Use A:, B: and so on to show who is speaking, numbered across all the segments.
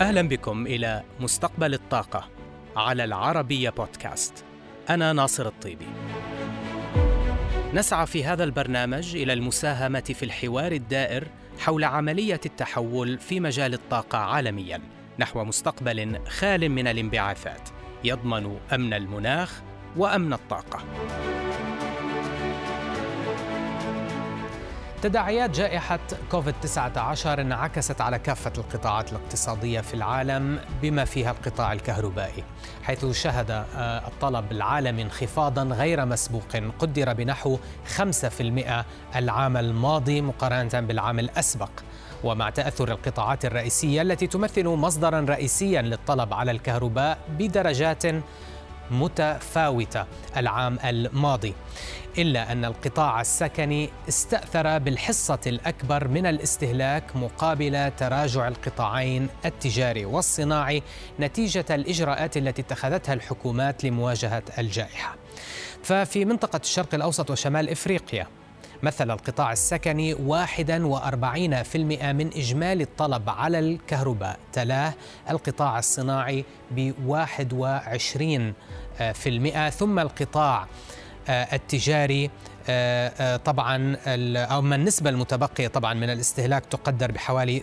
A: أهلا بكم إلى مستقبل الطاقة على العربية بودكاست. أنا ناصر الطيبي. نسعى في هذا البرنامج إلى المساهمة في الحوار الدائر حول عملية التحول في مجال الطاقة عالمياً نحو مستقبل خال من الانبعاثات يضمن أمن المناخ وأمن الطاقة. تداعيات جائحة كوفيد-19 انعكست على كافة القطاعات الاقتصادية في العالم بما فيها القطاع الكهربائي، حيث شهد الطلب العالمي انخفاضاً غير مسبوق قدر بنحو 5% العام الماضي مقارنة بالعام الأسبق، ومع تأثر القطاعات الرئيسية التي تمثل مصدراً رئيسياً للطلب على الكهرباء بدرجات متفاوتة العام الماضي، إلا أن القطاع السكني استأثر بالحصة الأكبر من الاستهلاك مقابل تراجع القطاعين التجاري والصناعي نتيجة الإجراءات التي اتخذتها الحكومات لمواجهة الجائحة. ففي منطقة الشرق الأوسط وشمال إفريقيا مثل القطاع السكني 41% من إجمالي الطلب على الكهرباء، تلاه القطاع الصناعي ب21%، ثم القطاع التجاري طبعا أو من النسبة المتبقية طبعا من الاستهلاك تقدر بحوالي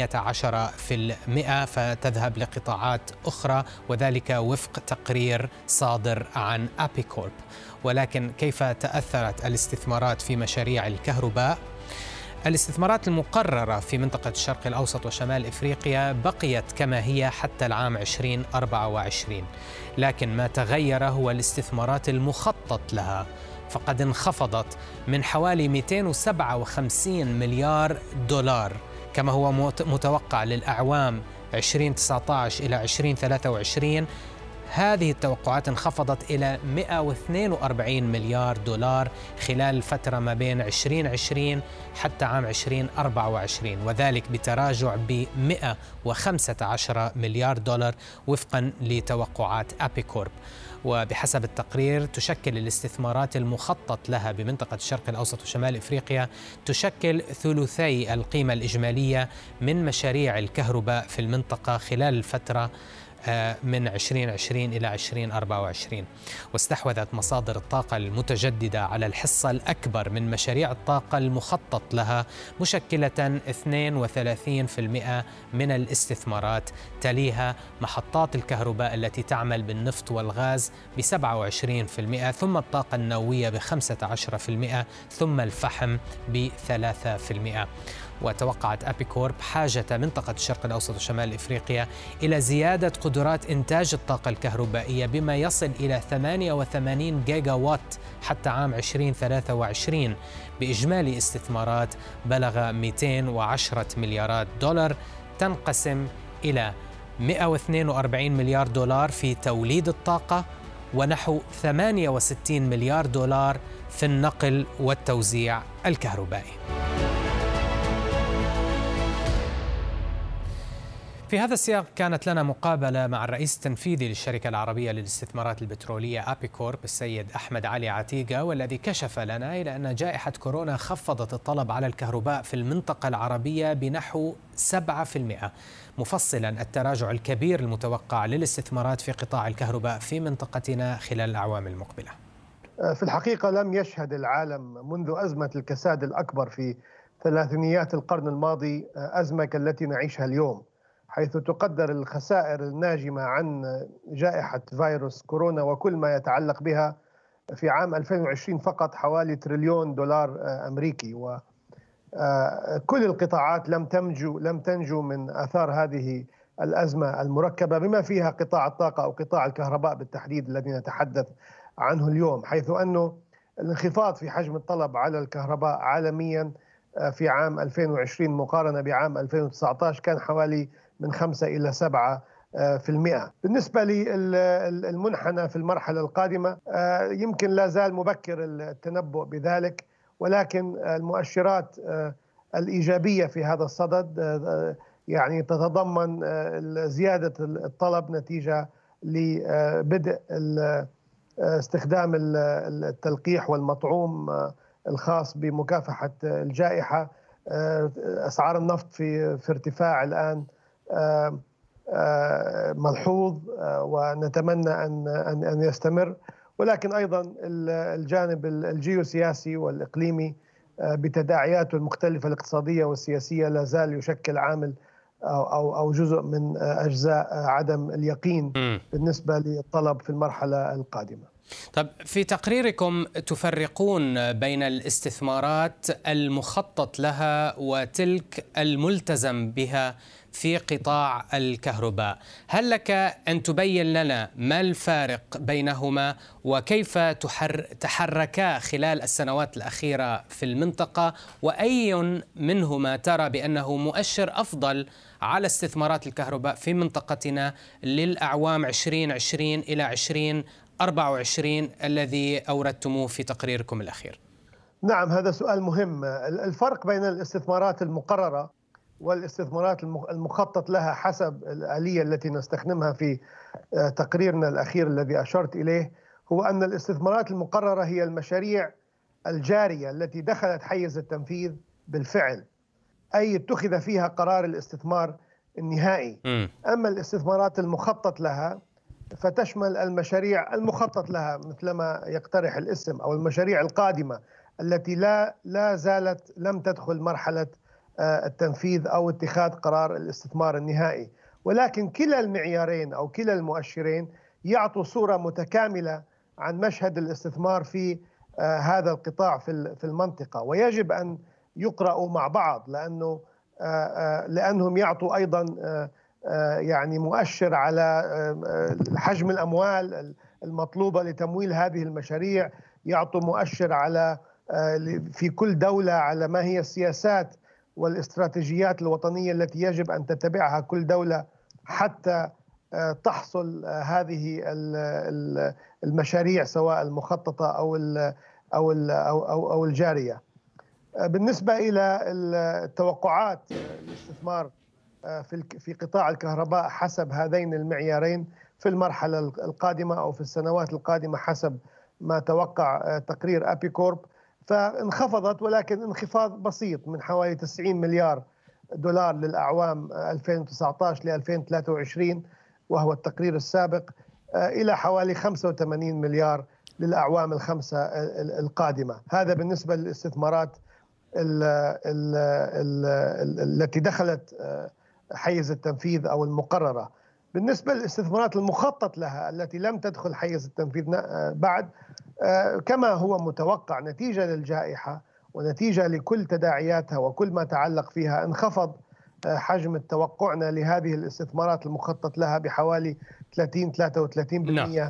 A: 18%، فتذهب لقطاعات أخرى، وذلك وفق تقرير صادر عن أبيكورب. ولكن كيف تأثرت الاستثمارات في مشاريع الكهرباء؟ الاستثمارات المقررة في منطقة الشرق الأوسط وشمال إفريقيا بقيت كما هي حتى العام 2024، لكن ما تغير هو الاستثمارات المخطط لها، فقد انخفضت من حوالي 257 مليار دولار كما هو متوقع للأعوام 2019 إلى 2023. هذه التوقعات انخفضت إلى 142 مليار دولار خلال الفترة ما بين 2020 حتى عام 2024، وذلك بتراجع ب 115 مليار دولار وفقا لتوقعات أبيكورب. وبحسب التقرير تشكل الاستثمارات المخطط لها بمنطقة الشرق الأوسط وشمال إفريقيا تشكل ثلثي القيمة الإجمالية من مشاريع الكهرباء في المنطقة خلال الفترة من 2020 إلى 2024. واستحوذت مصادر الطاقة المتجددة على الحصة الأكبر من مشاريع الطاقة المخطط لها، مشكلة 32% من الاستثمارات، تليها محطات الكهرباء التي تعمل بالنفط والغاز ب27%، ثم الطاقة النووية ب15%، ثم الفحم ب3%. وتوقعت أبيكورب حاجة منطقة الشرق الأوسط وشمال إفريقيا إلى زيادة قدرات إنتاج الطاقة الكهربائية بما يصل إلى 88 جيجا وات حتى عام 2023، بإجمالي استثمارات بلغ 210 مليارات دولار، تنقسم إلى 142 مليار دولار في توليد الطاقة، ونحو 68 مليار دولار في النقل والتوزيع الكهربائي. في هذا السياق كانت لنا مقابلة مع الرئيس التنفيذي للشركة العربية للاستثمارات البترولية أبيكورب السيد أحمد علي عتيقة، والذي كشف لنا إلى أن جائحة كورونا خفضت الطلب على الكهرباء في المنطقة العربية بنحو 7%، مفصلا التراجع الكبير المتوقع للاستثمارات في قطاع الكهرباء في منطقتنا خلال الأعوام المقبلة.
B: في الحقيقة لم يشهد العالم منذ أزمة الكساد الأكبر في ثلاثينيات القرن الماضي أزمة كالتي نعيشها اليوم، حيث تقدر الخسائر الناجمة عن جائحة فيروس كورونا وكل ما يتعلق بها في عام 2020 فقط حوالي تريليون دولار أمريكي. وكل القطاعات لم تنجو من آثار هذه الأزمة المركبة، بما فيها قطاع الطاقة أو قطاع الكهرباء بالتحديد الذي نتحدث عنه اليوم، حيث أنه الانخفاض في حجم الطلب على الكهرباء عالميا في عام 2020 مقارنة بعام 2019 كان حوالي من 5 إلى 7%. بالنسبة للمنحنى في المرحلة القادمة يمكن لا زال مبكر التنبؤ بذلك، ولكن المؤشرات الإيجابية في هذا الصدد يعني تتضمن زيادة الطلب نتيجة لبدء استخدام التلقيح والمطعوم الخاص بمكافحة الجائحة. أسعار النفط في ارتفاع الآن، ملحوظ، ونتمنى أن يستمر. ولكن أيضا الجانب الجيوسياسي والإقليمي بتداعياته المختلفة الاقتصادية والسياسية لا زال يشكل عامل أو جزء من أجزاء عدم اليقين بالنسبة للطلب في المرحلة القادمة.
A: طب في تقريركم تفرقون بين الاستثمارات المخطط لها وتلك الملتزم بها في قطاع الكهرباء. هل لك أن تبين لنا ما الفارق بينهما وكيف تحركا خلال السنوات الأخيرة في المنطقة، وأي منهما ترى بأنه مؤشر أفضل على استثمارات الكهرباء في منطقتنا للأعوام 2020 إلى 2024 الذي أوردتموه في تقريركم الأخير؟
B: نعم، هذا سؤال مهم. الفرق بين الاستثمارات المقررة والاستثمارات المخطط لها حسب الآلية التي نستخدمها في تقريرنا الأخير الذي أشرت إليه هو أن الاستثمارات المقررة هي المشاريع الجارية التي دخلت حيز التنفيذ بالفعل، أي اتخذ فيها قرار الاستثمار النهائي. أما الاستثمارات المخطط لها فتشمل المشاريع المخطط لها مثلما يقترح الاسم، أو المشاريع القادمة التي لا زالت لم تدخل مرحلة التنفيذ أو اتخاذ قرار الاستثمار النهائي. ولكن كلا المعيارين أو كلا المؤشرين يعطوا صورة متكاملة عن مشهد الاستثمار في هذا القطاع في المنطقة، ويجب أن يقرأوا مع بعض لأنهم يعطوا أيضا يعني مؤشر على حجم الأموال المطلوبة لتمويل هذه المشاريع، يعطوا مؤشر على في كل دولة على ما هي السياسات والاستراتيجيات الوطنية التي يجب أن تتبعها كل دولة حتى تحصل هذه المشاريع سواء المخططة أو الجارية. بالنسبة إلى التوقعات الاستثمار في قطاع الكهرباء حسب هذين المعيارين في المرحلة القادمة أو في السنوات القادمة حسب ما توقع تقرير أبيكورب، فانخفضت، ولكن انخفاض بسيط من حوالي 90 مليار دولار للأعوام 2019 ل 2023 وهو التقرير السابق، إلى حوالي 85 مليار للأعوام الخمسة القادمة. هذا بالنسبة للاستثمارات التي دخلت حيز التنفيذ أو المقررة. بالنسبة للاستثمارات المخطط لها التي لم تدخل حيز التنفيذ بعد، كما هو متوقع نتيجة للجائحة ونتيجة لكل تداعياتها وكل ما تعلق فيها، انخفض حجم توقعنا لهذه الاستثمارات المخطط لها بحوالي 33%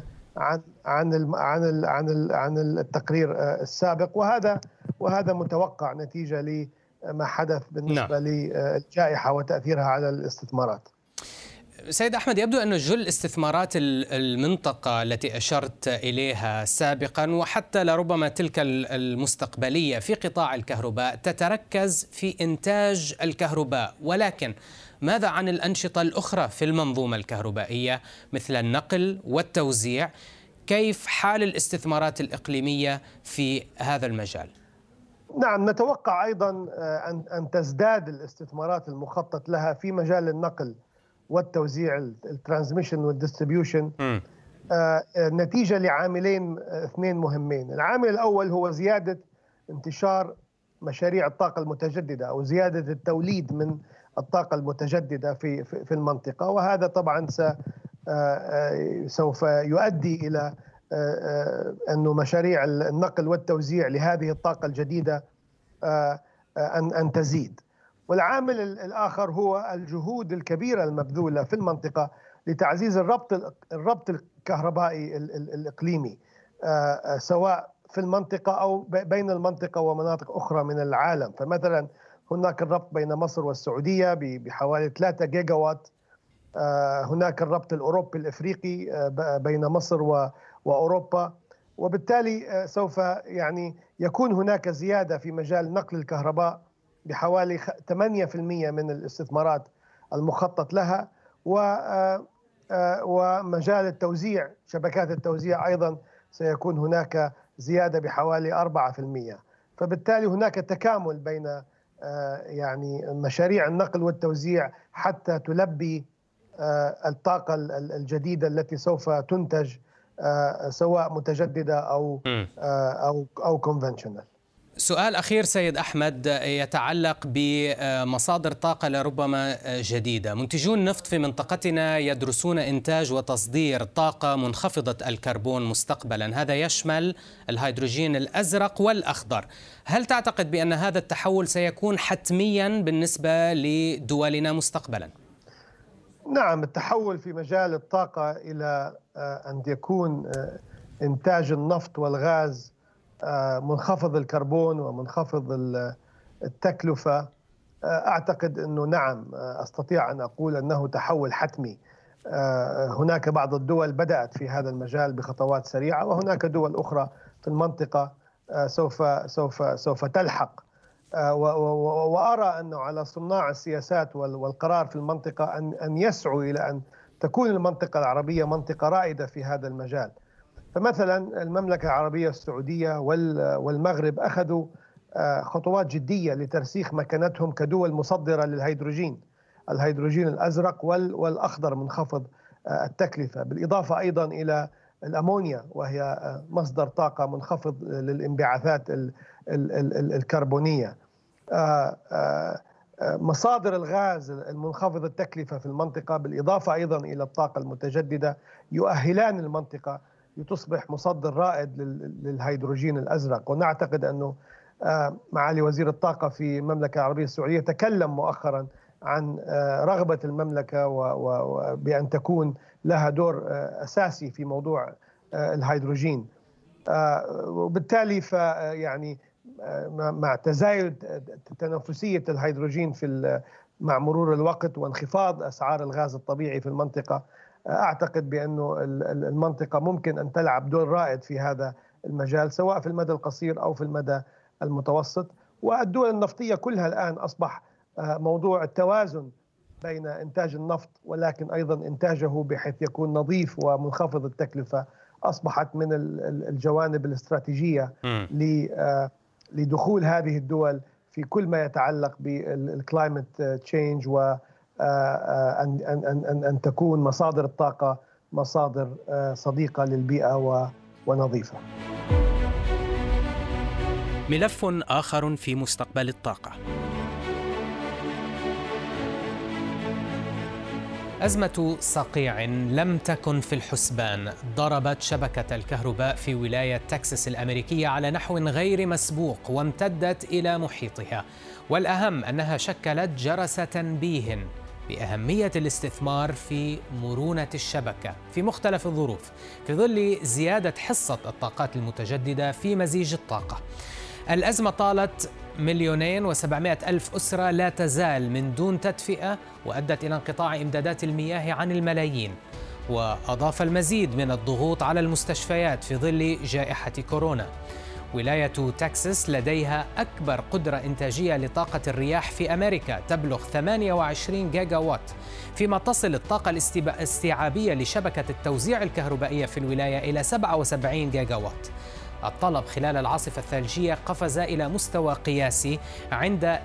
B: عن التقرير السابق، وهذا متوقع نتيجة لما حدث بالنسبة للجائحة وتأثيرها على الاستثمارات.
A: سيد أحمد، يبدو أن جل استثمارات المنطقة التي أشرت إليها سابقا وحتى لربما تلك المستقبلية في قطاع الكهرباء تتركز في إنتاج الكهرباء، ولكن ماذا عن الأنشطة الأخرى في المنظومة الكهربائية مثل النقل والتوزيع؟ كيف حال الاستثمارات الإقليمية في هذا المجال؟
B: نعم، نتوقع أيضا أن تزداد الاستثمارات المخطط لها في مجال النقل والتوزيع، الترانسميشن والديستريبيوشن، نتيجة لعاملين اثنين مهمين. العامل الأول هو زيادة انتشار مشاريع الطاقة المتجددة أو زيادة التوليد من الطاقة المتجددة في المنطقة، وهذا طبعا سوف يؤدي إلى أن مشاريع النقل والتوزيع لهذه الطاقة الجديدة أن تزيد. والعامل الآخر هو الجهود الكبيرة المبذولة في المنطقة لتعزيز الربط الكهربائي الإقليمي، سواء في المنطقة أو بين المنطقة ومناطق أخرى من العالم. فمثلا هناك الربط بين مصر والسعودية بحوالي 3 جيجا وات، هناك الربط الأوروبي الإفريقي بين مصر وأوروبا، وبالتالي سوف يكون هناك زيادة في مجال نقل الكهرباء بحوالي 8% من الاستثمارات المخطط لها، ومجال التوزيع، شبكات التوزيع أيضا سيكون هناك زيادة بحوالي 4%. فبالتالي هناك تكامل بين مشاريع النقل والتوزيع حتى تلبي الطاقة الجديدة التي سوف تنتج سواء متجددة أو كونفنشنال.
A: سؤال أخير سيد أحمد يتعلق بمصادر طاقة لربما جديدة. منتجون النفط في منطقتنا يدرسون إنتاج وتصدير طاقة منخفضة الكربون مستقبلا، هذا يشمل الهيدروجين الأزرق والأخضر. هل تعتقد بأن هذا التحول سيكون حتميا بالنسبة لدولنا مستقبلا؟
B: نعم، التحول في مجال الطاقة إلى أن يكون إنتاج النفط والغاز منخفض الكربون ومنخفض التكلفة، أعتقد أنه نعم، أستطيع أن أقول أنه تحول حتمي. هناك بعض الدول بدأت في هذا المجال بخطوات سريعة، وهناك دول أخرى في المنطقة سوف تلحق. وأرى أنه على صناع السياسات والقرار في المنطقة أن يسعوا إلى أن تكون المنطقة العربية منطقة رائدة في هذا المجال. فمثلا المملكة العربية السعودية والمغرب أخذوا خطوات جدية لترسيخ مكانتهم كدول مصدرة للهيدروجين، الهيدروجين الأزرق والأخضر منخفض التكلفة، بالإضافة أيضا إلى الأمونيا وهي مصدر طاقة منخفض للانبعاثات الكربونية. مصادر الغاز المنخفض التكلفة في المنطقة بالإضافة أيضا إلى الطاقة المتجددة يؤهلان المنطقة لتصبح مصدر رائد للهيدروجين الأزرق. ونعتقد أنه معالي وزير الطاقة في المملكة العربية السعودية تكلم مؤخرا عن رغبة المملكة بأن تكون لها دور أساسي في موضوع الهيدروجين. وبالتالي يعني مع تزايد تنافسية الهيدروجين مع مرور الوقت وانخفاض أسعار الغاز الطبيعي في المنطقة، أعتقد بأنه المنطقة ممكن أن تلعب دور رائد في هذا المجال سواء في المدى القصير أو في المدى المتوسط. والدول النفطية كلها الآن أصبح موضوع التوازن بين إنتاج النفط ولكن أيضا إنتاجه بحيث يكون نظيف ومنخفض التكلفة أصبحت من الجوانب الاستراتيجية لدخول هذه الدول في كل ما يتعلق بالكلايمت تشينج، وأن أن تكون مصادر الطاقة مصادر صديقة للبيئة ونظيفة.
A: ملف آخر في مستقبل الطاقة. أزمة صقيع لم تكن في الحسبان ضربت شبكة الكهرباء في ولاية تكساس الأمريكية على نحو غير مسبوق وامتدت إلى محيطها، والأهم أنها شكلت جرس تنبيه بأهمية الاستثمار في مرونة الشبكة في مختلف الظروف في ظل زيادة حصة الطاقات المتجددة في مزيج الطاقة. الأزمة طالت 2,700,000 أسرة لا تزال من دون تدفئة، وأدت إلى انقطاع إمدادات المياه عن الملايين، وأضاف المزيد من الضغوط على المستشفيات في ظل جائحة كورونا. ولاية تكساس لديها أكبر قدرة إنتاجية لطاقة الرياح في أمريكا تبلغ 28 جيجا وات، فيما تصل الطاقة الاستيعابية لشبكة التوزيع الكهربائية في الولاية إلى 77 جيجا وات. الطلب خلال العاصفة الثلجية قفز إلى مستوى قياسي عند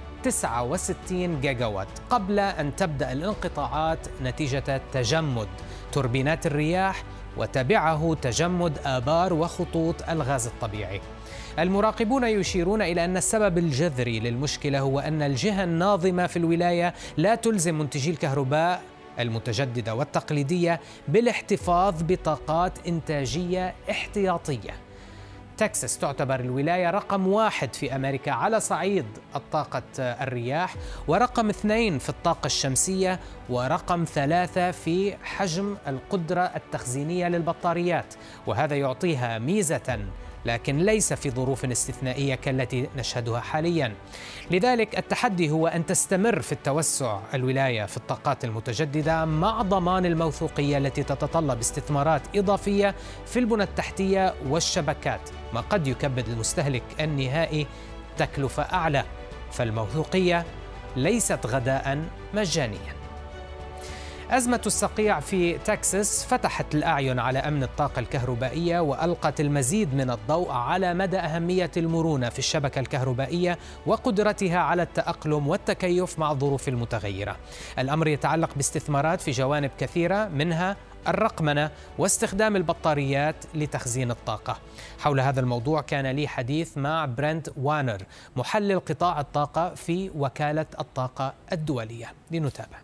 A: 69 جيجا وات قبل أن تبدأ الانقطاعات نتيجة تجمد توربينات الرياح وتبعه تجمد آبار وخطوط الغاز الطبيعي. المراقبون يشيرون إلى أن السبب الجذري للمشكلة هو أن الجهة الناظمة في الولاية لا تلزم منتجي الكهرباء المتجددة والتقليدية بالاحتفاظ بطاقات إنتاجية احتياطية. تكساس تعتبر الولاية رقم 1 في أمريكا على صعيد الطاقة الرياح، ورقم 2 في الطاقة الشمسية، ورقم 3 في حجم القدرة التخزينية للبطاريات، وهذا يعطيها ميزة لكن ليس في ظروف استثنائية كالتي نشهدها حاليا. لذلك التحدي هو أن تستمر في التوسع الولاية في الطاقات المتجددة مع ضمان الموثوقية التي تتطلب استثمارات إضافية في البنى التحتية والشبكات، ما قد يكبد المستهلك النهائي تكلفة أعلى، فالموثوقية ليست غداء مجانيا. أزمة الصقيع في تكساس فتحت الأعين على أمن الطاقة الكهربائية وألقت المزيد من الضوء على مدى أهمية المرونة في الشبكة الكهربائية وقدرتها على التأقلم والتكيف مع الظروف المتغيرة. الأمر يتعلق باستثمارات في جوانب كثيرة، منها الرقمنة واستخدام البطاريات لتخزين الطاقة. حول هذا الموضوع كان لي حديث مع برنت وانر، محلل قطاع الطاقة في وكالة الطاقة الدولية. لنتابع.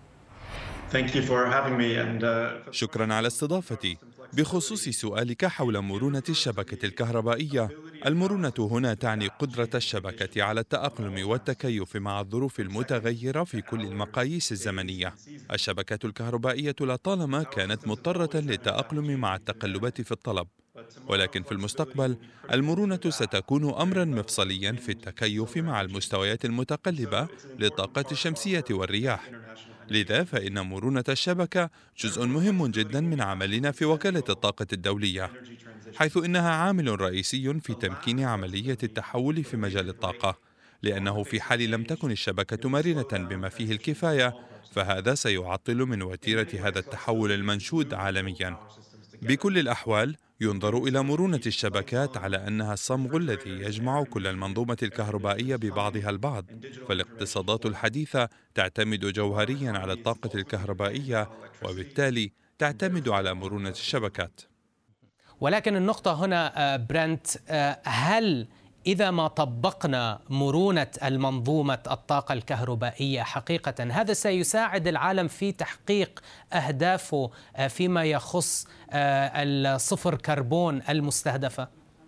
C: شكرا على استضافتي. بخصوص سؤالك حول مرونة الشبكة الكهربائية، المرونة هنا تعني قدرة الشبكة على التأقلم والتكيف مع الظروف المتغيرة في كل المقاييس الزمنية. الشبكة الكهربائية لطالما كانت مضطرة للتأقلم مع التقلبات في الطلب، ولكن في المستقبل المرونة ستكون أمرا مفصليا في التكيف مع المستويات المتقلبة للطاقة الشمسية والرياح. لذا فإن مرونة الشبكة جزء مهم جدا من عملنا في وكالة الطاقة الدولية، حيث إنها عامل رئيسي في تمكين عملية التحول في مجال الطاقة، لأنه في حال لم تكن الشبكة مرنة بما فيه الكفاية فهذا سيعطل من وتيرة هذا التحول المنشود عالميا. بكل الأحوال ينظر إلى مرونة الشبكات على أنها الصمغ الذي يجمع كل المنظومة الكهربائية ببعضها البعض، فالاقتصادات الحديثة تعتمد جوهريا على الطاقة الكهربائية وبالتالي تعتمد على مرونة الشبكات.
A: ولكن النقطة هنا برنت، هل إذا ما طبقنا مرونة المنظومة الطاقة الكهربائية حقيقة هذا سيساعد العالم في تحقيق أهدافه فيما يخص الصفر كربون المستهدفة؟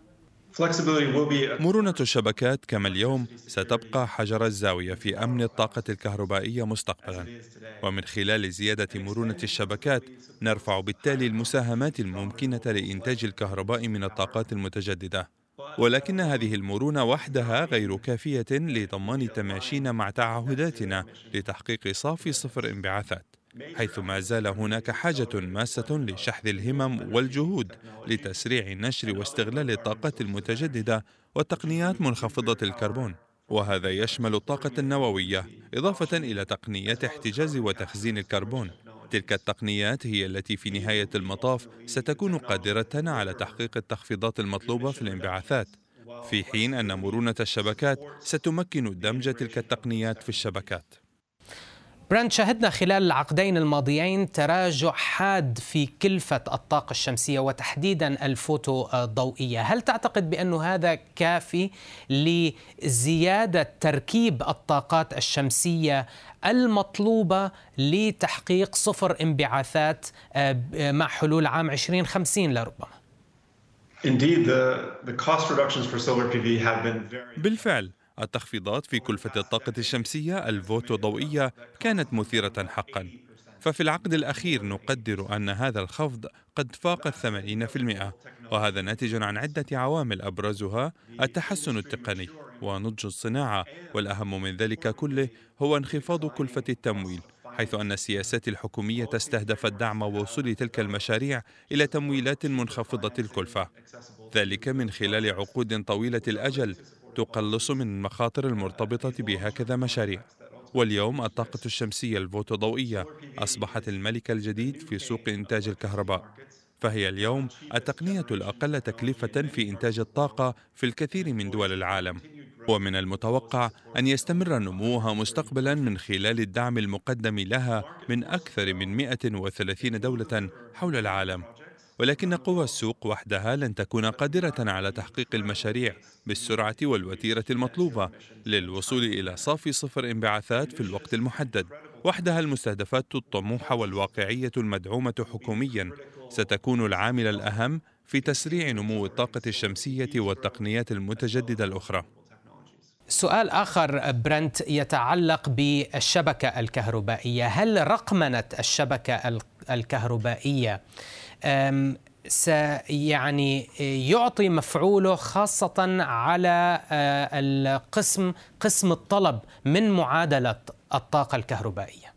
C: مرونة الشبكات كما اليوم ستبقى حجر الزاوية في أمن الطاقة الكهربائية مستقبلا، ومن خلال زيادة مرونة الشبكات نرفع بالتالي المساهمات الممكنة لإنتاج الكهرباء من الطاقات المتجددة. ولكن هذه المرونة وحدها غير كافية لضمان تماشينا مع تعهداتنا لتحقيق صافي صفر انبعاثات، حيث ما زال هناك حاجة ماسة لشحذ الهمم والجهود لتسريع نشر واستغلال الطاقات المتجددة والتقنيات منخفضة الكربون، وهذا يشمل الطاقة النووية إضافة إلى تقنيات احتجاز وتخزين الكربون. تلك التقنيات هي التي في نهاية المطاف ستكون قادرة على تحقيق التخفيضات المطلوبة في الانبعاثات، في حين أن مرونة الشبكات ستمكن دمج تلك التقنيات في الشبكات.
A: برنت، شهدنا خلال العقدين الماضيين تراجع حاد في كلفة الطاقة الشمسية وتحديدا الفوتو الضوئية. هل تعتقد بأن هذا كافي لزيادة تركيب الطاقات الشمسية المطلوبة لتحقيق صفر انبعاثات مع حلول عام 2050 لربما؟
C: بالفعل التخفيضات في كلفة الطاقة الشمسية الفوتوضوئية كانت مثيرة حقا، ففي العقد الأخير نقدر أن هذا الخفض قد فاق 80%، وهذا ناتج عن عدة عوامل أبرزها التحسن التقني ونضج الصناعة، والأهم من ذلك كله هو انخفاض كلفة التمويل، حيث أن السياسات الحكومية استهدفت دعم وصول تلك المشاريع إلى تمويلات منخفضة الكلفة، ذلك من خلال عقود طويلة الأجل تقلص من المخاطر المرتبطة بهكذا مشاريع. واليوم الطاقة الشمسية الفوتوضوئية أصبحت الملك الجديد في سوق إنتاج الكهرباء، فهي اليوم التقنية الأقل تكلفة في إنتاج الطاقة في الكثير من دول العالم، ومن المتوقع أن يستمر نموها مستقبلا من خلال الدعم المقدم لها من أكثر من 130 دولة حول العالم. ولكن قوى السوق وحدها لن تكون قادرة على تحقيق المشاريع بالسرعة والوتيرة المطلوبة للوصول إلى صافي صفر انبعاثات في الوقت المحدد. وحدها المستهدفات الطموحة والواقعية المدعومة حكوميا ستكون العامل الأهم في تسريع نمو الطاقة الشمسية والتقنيات المتجددة الأخرى.
A: سؤال آخر برنت يتعلق بالشبكة الكهربائية. هل رقمنة الشبكة الكهربائية يعني يعطي مفعوله خاصة على قسم الطلب من معادلة الطاقة الكهربائية؟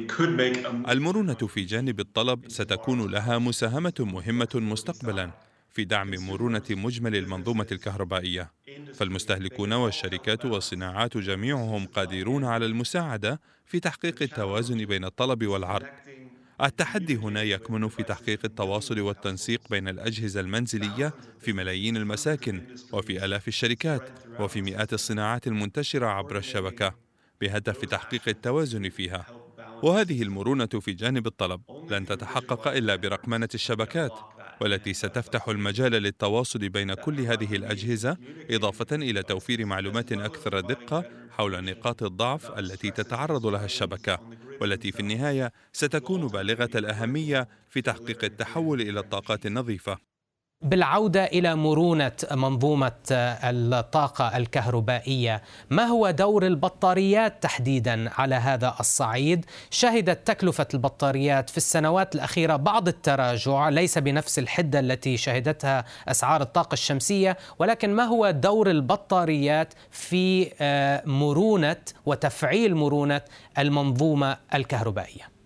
C: المرونة في جانب الطلب ستكون لها مساهمة مهمة مستقبلا في دعم مرونة مجمل المنظومة الكهربائية. فالمستهلكون والشركات والصناعات جميعهم قادرون على المساعدة في تحقيق التوازن بين الطلب والعرض. التحدي هنا يكمن في تحقيق التواصل والتنسيق بين الأجهزة المنزلية في ملايين المساكن وفي آلاف الشركات وفي مئات الصناعات المنتشرة عبر الشبكة بهدف تحقيق التوازن فيها. وهذه المرونة في جانب الطلب لن تتحقق إلا برقمنة الشبكات، والتي ستفتح المجال للتواصل بين كل هذه الأجهزة، إضافة إلى توفير معلومات أكثر دقة حول نقاط الضعف التي تتعرض لها الشبكة، والتي في النهاية ستكون بالغة الأهمية في تحقيق التحول إلى الطاقات النظيفة.
A: بالعودة إلى مرونة منظومة الطاقة الكهربائية، ما هو دور البطاريات تحديدا على هذا الصعيد؟ شهدت تكلفة البطاريات في السنوات الأخيرة بعض التراجع، ليس بنفس الحدة التي شهدتها أسعار الطاقة الشمسية، ولكن ما هو دور البطاريات في مرونة وتفعيل مرونة المنظومة الكهربائية؟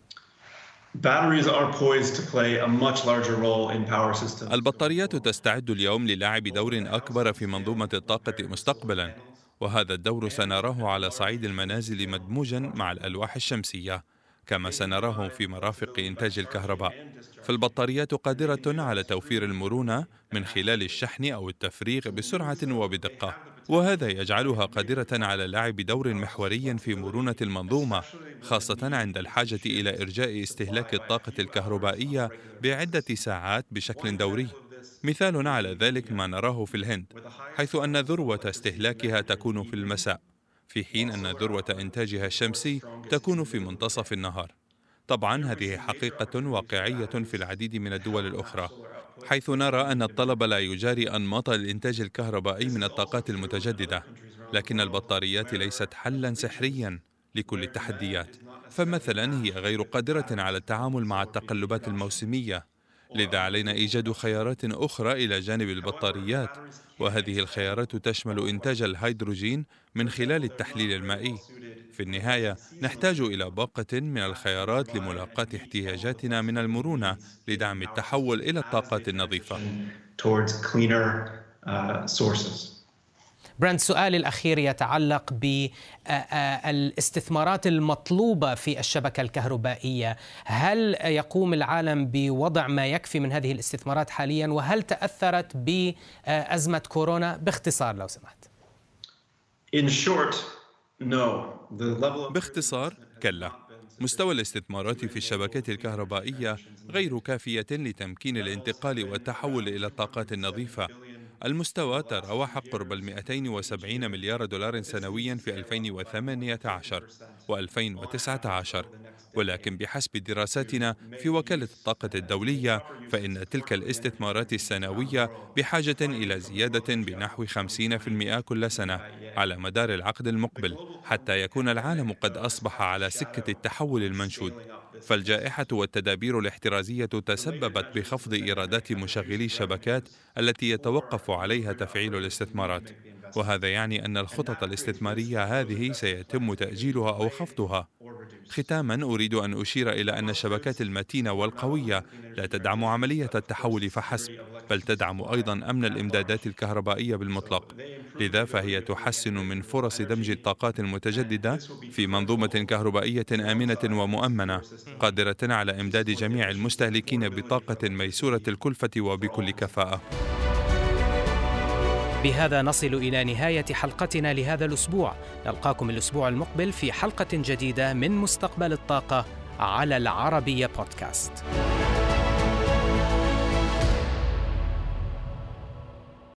C: البطاريات تستعد اليوم للعب دور أكبر في منظومة الطاقة مستقبلا، وهذا الدور سنراه على صعيد المنازل مدموجا مع الألواح الشمسية، كما سنراه في مرافق إنتاج الكهرباء. فالبطاريات قادرة على توفير المرونة من خلال الشحن أو التفريغ بسرعة وبدقة، وهذا يجعلها قادرة على لعب دور محوري في مرونة المنظومة، خاصة عند الحاجة إلى إرجاء استهلاك الطاقة الكهربائية بعدة ساعات بشكل دوري. مثال على ذلك ما نراه في الهند، حيث أن ذروة استهلاكها تكون في المساء، في حين أن ذروة إنتاجها الشمسي تكون في منتصف النهار. طبعا هذه حقيقة واقعية في العديد من الدول الأخرى، حيث نرى أن الطلب لا يجاري أنماط الإنتاج الكهربائي من الطاقات المتجددة، لكن البطاريات ليست حلا سحريا لكل التحديات، فمثلا هي غير قادرة على التعامل مع التقلبات الموسمية، لذا علينا إيجاد خيارات أخرى إلى جانب البطاريات، وهذه الخيارات تشمل إنتاج الهيدروجين من خلال التحليل المائي. في النهاية نحتاج إلى باقة من الخيارات لملاقاة احتياجاتنا من المرونة لدعم التحول إلى الطاقات النظيفة.
A: براند، سؤالي الأخير يتعلق بالاستثمارات المطلوبة في الشبكة الكهربائية. هل يقوم العالم بوضع ما يكفي من هذه الاستثمارات حاليا؟ وهل تأثرت بأزمة كورونا؟ باختصار لو سمحت.
C: باختصار، كلا. مستوى الاستثمارات في الشبكات الكهربائية غير كافية لتمكين الانتقال والتحول إلى الطاقات النظيفة. المستوى تراوح قرب 270 مليار دولار سنويا في 2018 و2019، ولكن بحسب دراساتنا في وكالة الطاقة الدولية فإن تلك الاستثمارات السنوية بحاجة إلى زيادة بنحو 50% كل سنة على مدار العقد المقبل حتى يكون العالم قد أصبح على سكة التحول المنشود. فالجائحة والتدابير الاحترازية تسببت بخفض إيرادات مشغلي الشبكات التي يتوقف عليها تفعيل الاستثمارات، وهذا يعني أن الخطط الاستثمارية هذه سيتم تأجيلها أو خفضها. ختاما، أريد أن أشير إلى أن الشبكات المتينة والقوية لا تدعم عملية التحول فحسب، بل تدعم أيضا أمن الإمدادات الكهربائية بالمطلق، لذا فهي تحسن من فرص دمج الطاقات المتجددة في منظومة كهربائية آمنة ومؤمنة قادرة على إمداد جميع المستهلكين بطاقة ميسورة الكلفة وبكل كفاءة.
A: بهذا نصل إلى نهاية حلقتنا لهذا الأسبوع. نلقاكم الأسبوع المقبل في حلقة جديدة من مستقبل الطاقة على العربية بودكاست.